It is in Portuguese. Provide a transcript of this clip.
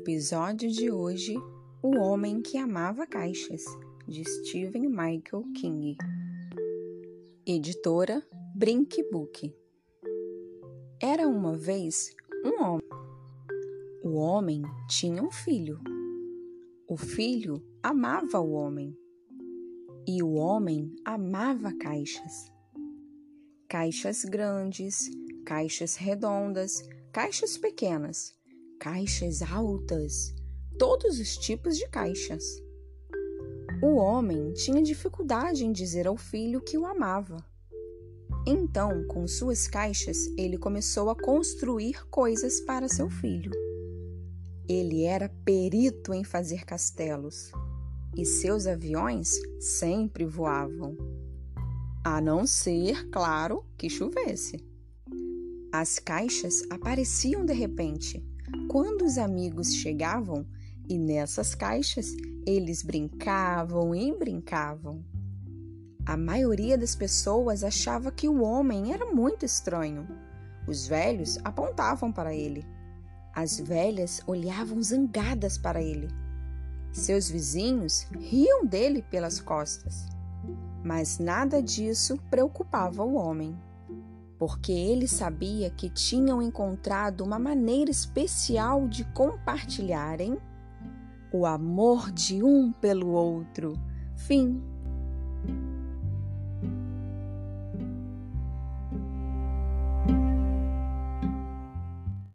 Episódio de hoje: O Homem que Amava Caixas, de Stephen Michael King. Editora Brink Book. Era uma vez um homem. O homem tinha um filho. O filho amava o homem. E o homem amava caixas. Caixas grandes, caixas redondas, caixas pequenas, caixas altas, todos os tipos de caixas. O homem tinha dificuldade em dizer ao filho que o amava. Então, com suas caixas, ele começou a construir coisas para seu filho. Ele era perito em fazer castelos, e seus aviões sempre voavam. A não ser, claro, que chovesse. As caixas apareciam de repente, quando os amigos chegavam, e nessas caixas eles brincavam e brincavam. A maioria das pessoas achava que o homem era muito estranho. Os velhos apontavam para ele. As velhas olhavam zangadas para ele. Seus vizinhos riam dele pelas costas. Mas nada disso preocupava o homem, porque ele sabia que tinham encontrado uma maneira especial de compartilharem o amor de um pelo outro. Fim.